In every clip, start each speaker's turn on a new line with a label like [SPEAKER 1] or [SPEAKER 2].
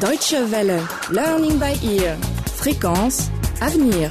[SPEAKER 1] Deutsche Welle. Learning by ear. Fréquence avenir.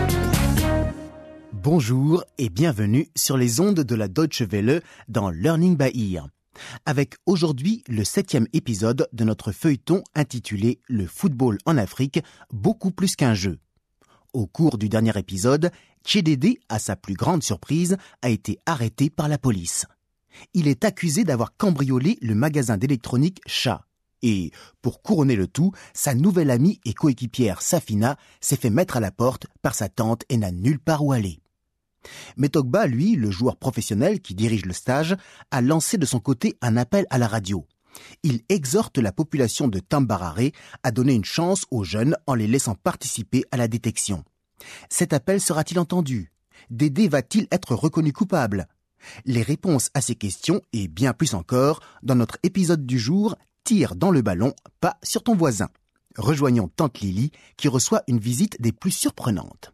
[SPEAKER 2] Bonjour et bienvenue sur les ondes de la Deutsche Welle dans Learning by ear. Avec aujourd'hui le 7e épisode de notre feuilleton intitulé « Le football en Afrique, beaucoup plus qu'un jeu ». Au cours du dernier épisode, Tchédédé, à sa plus grande surprise, a été arrêté par la police. Il est accusé d'avoir cambriolé le magasin d'électronique Chat. Et, pour couronner le tout, sa nouvelle amie et coéquipière Safina s'est fait mettre à la porte par sa tante et n'a nulle part où aller. Metogba, lui, le joueur professionnel qui dirige le stage, a lancé de son côté un appel à la radio. Il exhorte la population de Tambarare à donner une chance aux jeunes en les laissant participer à la détection. Cet appel sera-t-il entendu ? Dédé va-t-il être reconnu coupable ? Les réponses à ces questions et bien plus encore dans notre épisode du jour « Tire dans le ballon, pas sur ton voisin ». Rejoignons Tante Lily qui reçoit une visite des plus surprenantes.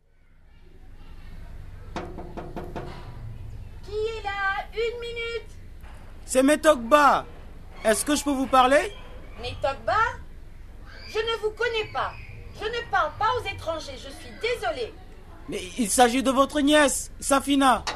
[SPEAKER 3] Une minute.
[SPEAKER 4] C'est Metogba. Est-ce que je peux vous parler ?
[SPEAKER 3] Metogba ? Je ne vous connais pas. Je ne parle pas aux étrangers, je suis désolée.
[SPEAKER 4] Mais il s'agit de votre nièce, Safina.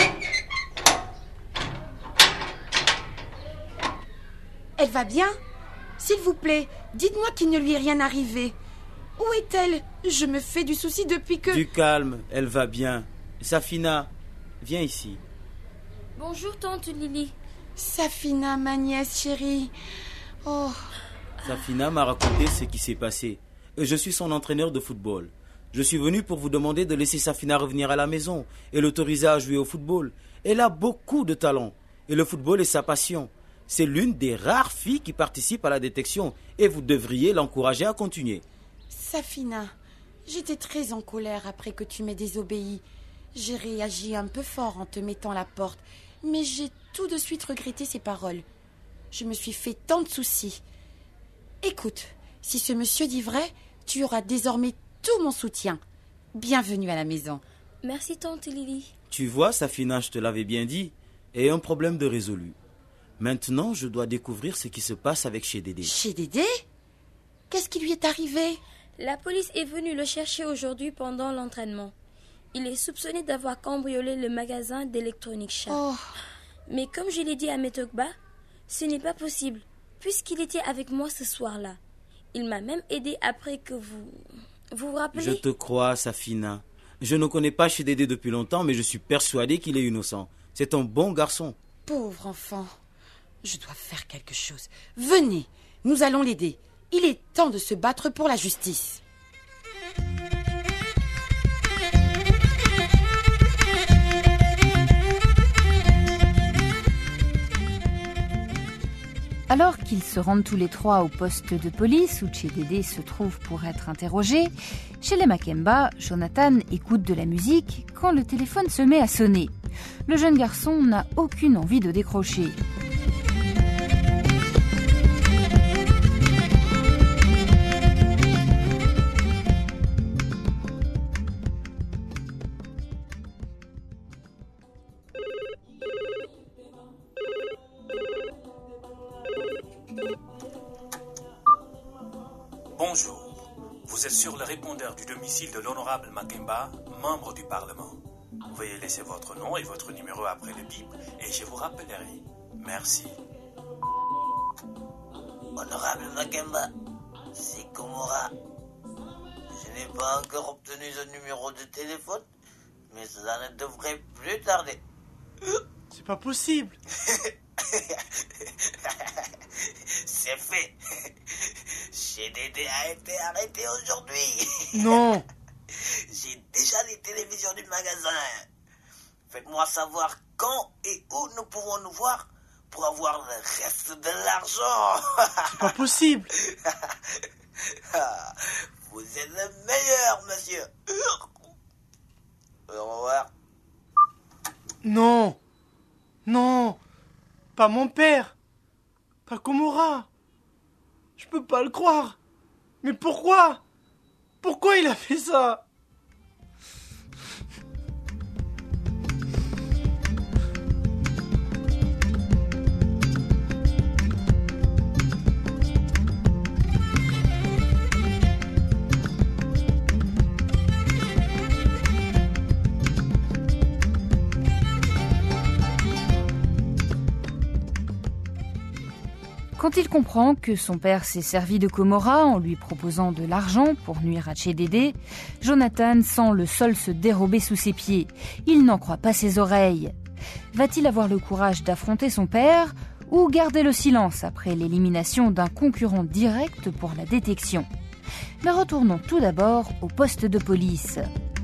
[SPEAKER 3] Elle va bien ? S'il vous plaît, dites-moi qu'il ne lui est rien arrivé. Où est-elle ? Je me fais du souci depuis que...
[SPEAKER 4] Du calme, elle va bien. Safina, viens ici.
[SPEAKER 5] Bonjour tante Lily.
[SPEAKER 3] Safina, ma nièce chérie. Oh.
[SPEAKER 4] Safina m'a raconté ce qui s'est passé. Je suis son entraîneur de football. Je suis venu pour vous demander de laisser Safina revenir à la maison et l'autoriser à jouer au football. Elle a beaucoup de talent et le football est sa passion. C'est l'une des rares filles qui participe à la détection et vous devriez l'encourager à continuer.
[SPEAKER 3] Safina, j'étais très en colère après que tu m'aies désobéi. J'ai réagi un peu fort en te mettant à la porte, mais j'ai tout de suite regretté ces paroles. Je me suis fait tant de soucis. Écoute, si ce monsieur dit vrai, tu auras désormais tout mon soutien. Bienvenue à la maison.
[SPEAKER 5] Merci tante Lily.
[SPEAKER 4] Tu vois, Safina, je te l'avais bien dit, et un problème de résolu. Maintenant, je dois découvrir ce qui se passe avec Tchédédé.
[SPEAKER 3] Tchédédé ? Qu'est-ce qui lui est arrivé ?
[SPEAKER 5] La police est venue le chercher aujourd'hui pendant l'entraînement. Il est soupçonné d'avoir cambriolé le magasin d'électronique Chat.
[SPEAKER 3] Oh.
[SPEAKER 5] Mais comme je l'ai dit à Metogba, ce n'est pas possible, puisqu'il était avec moi ce soir-là. Il m'a même aidé après que vous... Vous vous rappelez ?
[SPEAKER 4] Je te crois, Safina. Je ne connais pas Tchédédé depuis longtemps, mais je suis persuadé qu'il est innocent. C'est un bon garçon.
[SPEAKER 3] Pauvre enfant. Je dois faire quelque chose. Venez, nous allons l'aider. Il est temps de se battre pour la justice.
[SPEAKER 6] Alors qu'ils se rendent tous les trois au poste de police où Tchédédé se trouve pour être interrogé, chez les Makemba, Jonathan écoute de la musique quand le téléphone se met à sonner. Le jeune garçon n'a aucune envie de décrocher.
[SPEAKER 7] Bonjour, vous êtes sur le répondeur du domicile de l'honorable Makemba, membre du Parlement. Veuillez laisser votre nom et votre numéro après le bip et je vous rappellerai. Merci.
[SPEAKER 8] Honorable Makemba, c'est Komora. Je n'ai pas encore obtenu ce numéro de téléphone, mais cela ne devrait plus tarder.
[SPEAKER 4] C'est pas possible.
[SPEAKER 8] C'est fait. Tchédédé a été arrêté aujourd'hui.
[SPEAKER 4] Non.
[SPEAKER 8] J'ai déjà les télévisions du magasin. Faites-moi savoir quand et où nous pouvons nous voir pour avoir le reste de l'argent.
[SPEAKER 4] C'est pas possible.
[SPEAKER 8] Vous êtes le meilleur, monsieur. Au revoir.
[SPEAKER 4] Non. Non. Pas mon père. Pas Komora. Je peux pas le croire. Mais pourquoi ? Pourquoi il a fait ça ?
[SPEAKER 6] Quand il comprend que son père s'est servi de Komora en lui proposant de l'argent pour nuire à Tchédédé, Jonathan sent le sol se dérober sous ses pieds. Il n'en croit pas ses oreilles. Va-t-il avoir le courage d'affronter son père ou garder le silence après l'élimination d'un concurrent direct pour la détection ? Mais retournons tout d'abord au poste de police.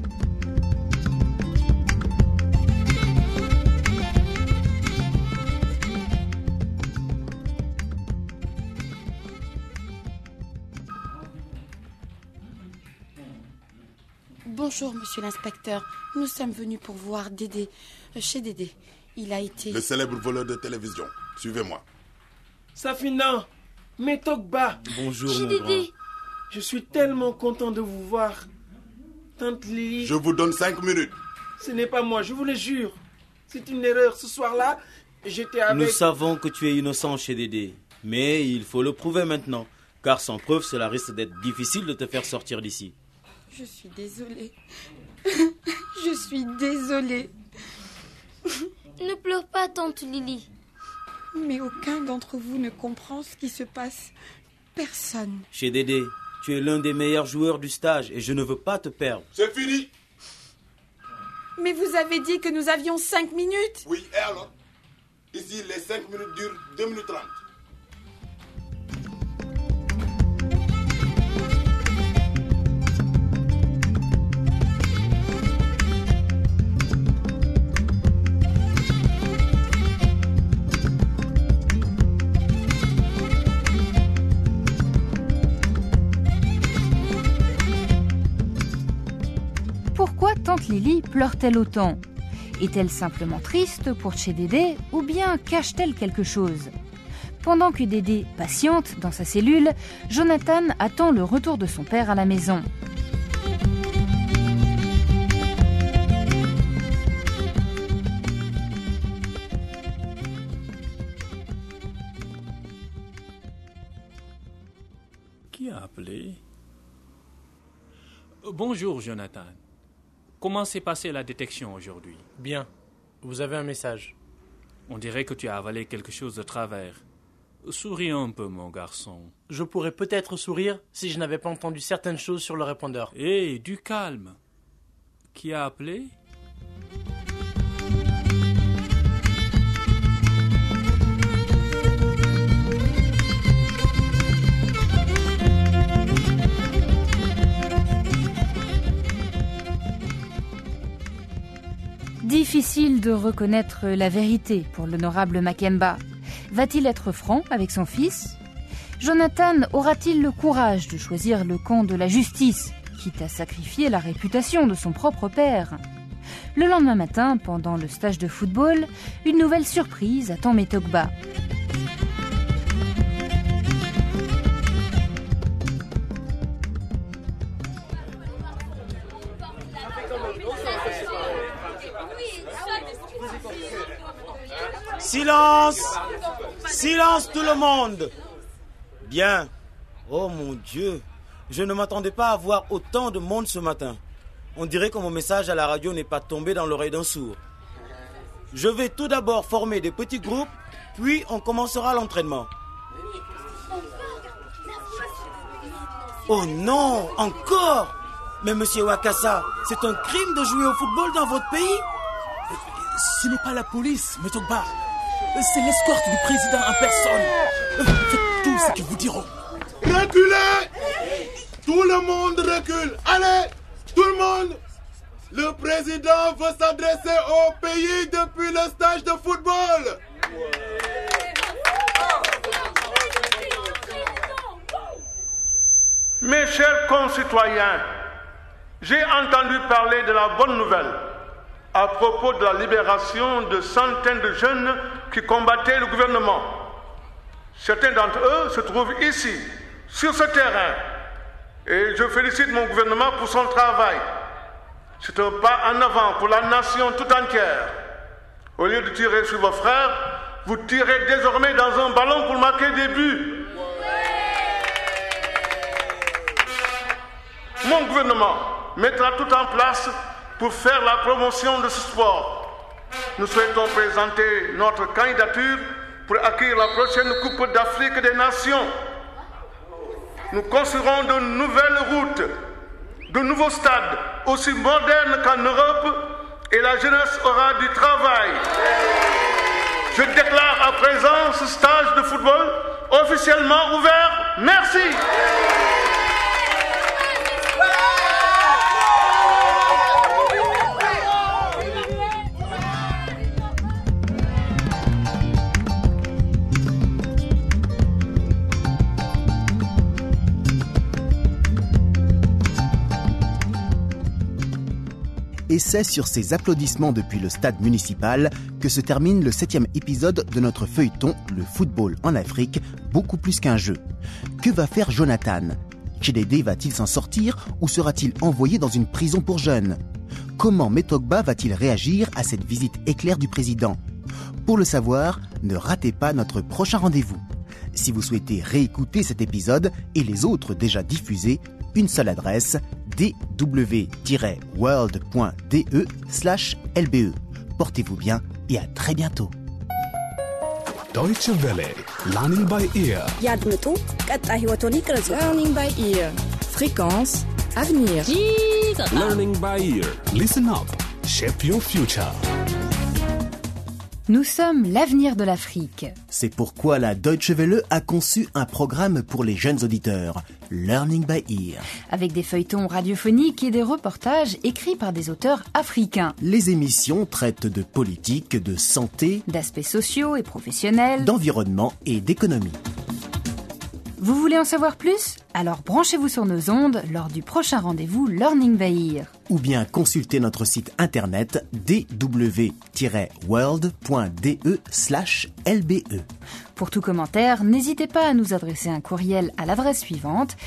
[SPEAKER 3] Bonjour, monsieur l'inspecteur. Nous sommes venus pour voir Dédé, chez Dédé. Il a été...
[SPEAKER 9] Le célèbre voleur de télévision. Suivez-moi.
[SPEAKER 10] Safina, Metokba.
[SPEAKER 4] Bonjour,
[SPEAKER 5] Chez
[SPEAKER 4] mon
[SPEAKER 5] Dédé.
[SPEAKER 4] grand.
[SPEAKER 10] Je suis tellement content de vous voir. Tante Lily,
[SPEAKER 9] Je vous donne 5 minutes.
[SPEAKER 10] ce n'est pas moi, je vous le jure. C'est une erreur. Ce soir-là, j'étais avec...
[SPEAKER 4] Nous savons que tu es innocent chez Dédé, mais il faut le prouver maintenant, car sans preuve, cela risque d'être difficile de te faire sortir d'ici.
[SPEAKER 3] Je suis désolée. Je suis désolée.
[SPEAKER 5] Ne pleure pas, tante Lily.
[SPEAKER 3] Mais aucun d'entre vous ne comprend ce qui se passe. Personne.
[SPEAKER 4] Chez Dédé, tu es l'un des meilleurs joueurs du stage et je ne veux pas te perdre.
[SPEAKER 9] C'est fini.
[SPEAKER 3] Mais vous avez dit que nous avions 5 minutes.
[SPEAKER 9] Oui, et alors? Ici, les 5 minutes durent 2 minutes 30.
[SPEAKER 6] Pourquoi tante Lily pleure-t-elle autant ? Est-elle simplement triste pour Tchédédé ou bien cache-t-elle quelque chose ? Pendant que Dédé patiente dans sa cellule, Jonathan attend le retour de son père à la maison.
[SPEAKER 7] Qui a appelé? Bonjour, Jonathan. Comment s'est passée la détection aujourd'hui?
[SPEAKER 11] Bien. Vous avez un message.
[SPEAKER 7] On dirait que tu as avalé quelque chose de travers. Souris un peu, mon garçon.
[SPEAKER 11] Je pourrais peut-être sourire si je n'avais pas entendu certaines choses sur le répondeur.
[SPEAKER 7] Hé, du calme. Qui a appelé?
[SPEAKER 6] Difficile de reconnaître la vérité pour l'honorable Makemba. Va-t-il être franc avec son fils ? Jonathan aura-t-il le courage de choisir le camp de la justice, quitte à sacrifier la réputation de son propre père ? Le lendemain matin, pendant le stage de football, une nouvelle surprise attend Metokba.
[SPEAKER 4] Silence! Silence tout le monde! Bien. Oh mon Dieu, je ne m'attendais pas à voir autant de monde ce matin. On dirait que mon message à la radio n'est pas tombé dans l'oreille d'un sourd. Je vais tout d'abord former des petits groupes, puis on commencera l'entraînement. Oh non, encore! Mais monsieur Wakassa, c'est un crime de jouer au football dans votre pays?
[SPEAKER 10] Ce n'est pas la police, Metokba. C'est l'escorte du président en personne. Faites tout ce qu'ils vous diront.
[SPEAKER 9] Reculez! Tout le monde recule. Allez, tout le monde! Le président veut s'adresser au pays depuis le stage de football.
[SPEAKER 12] Mes chers concitoyens, j'ai entendu parler de la bonne nouvelle à propos de la libération de centaines de jeunes qui combattaient le gouvernement. Certains d'entre eux se trouvent ici, sur ce terrain, et je félicite mon gouvernement pour son travail. C'est un pas en avant pour la nation tout entière. Au lieu de tirer sur vos frères, vous tirez désormais dans un ballon pour marquer des buts. Mon gouvernement mettra tout en place pour faire la promotion de ce sport. Nous souhaitons présenter notre candidature pour acquérir la prochaine Coupe d'Afrique des Nations. Nous construirons de nouvelles routes, de nouveaux stades aussi modernes qu'en Europe, et la jeunesse aura du travail. Je déclare à présent ce stage de football officiellement ouvert. Merci.
[SPEAKER 2] Et c'est sur ces applaudissements depuis le stade municipal que se termine le 7e épisode de notre feuilleton Le football en Afrique, beaucoup plus qu'un jeu. Que va faire Jonathan ? Tchédédé va-t-il s'en sortir ou sera-t-il envoyé dans une prison pour jeunes ? Comment Metogba va-t-il réagir à cette visite éclair du président ? Pour le savoir, ne ratez pas notre prochain rendez-vous. Si vous souhaitez réécouter cet épisode et les autres déjà diffusés, une seule adresse, dw-world.de/lbe. Portez-vous bien et à très bientôt.
[SPEAKER 13] Deutsche Welle, Learning by Ear.
[SPEAKER 1] Learning by ear. Fréquence Avenir.
[SPEAKER 13] Learning by Ear. Listen up. Shape your future.
[SPEAKER 6] Nous sommes l'avenir de l'Afrique.
[SPEAKER 2] C'est pourquoi la Deutsche Welle a conçu un programme pour les jeunes auditeurs, Learning by Ear.
[SPEAKER 6] Avec des feuilletons radiophoniques et des reportages écrits par des auteurs africains.
[SPEAKER 2] Les émissions traitent de politique, de santé,
[SPEAKER 6] d'aspects sociaux et professionnels,
[SPEAKER 2] d'environnement et d'économie.
[SPEAKER 6] Vous voulez en savoir plus ? Alors branchez-vous sur nos ondes lors du prochain rendez-vous Learning by Ear.
[SPEAKER 2] Ou bien consultez notre site internet dw-world.de/lbe.
[SPEAKER 6] Pour tout commentaire, n'hésitez pas à nous adresser un courriel à l'adresse suivante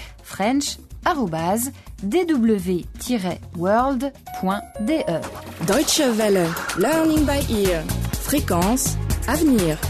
[SPEAKER 6] french@dw-world.de.
[SPEAKER 1] Deutsche Welle. Learning by ear. Fréquence Avenir.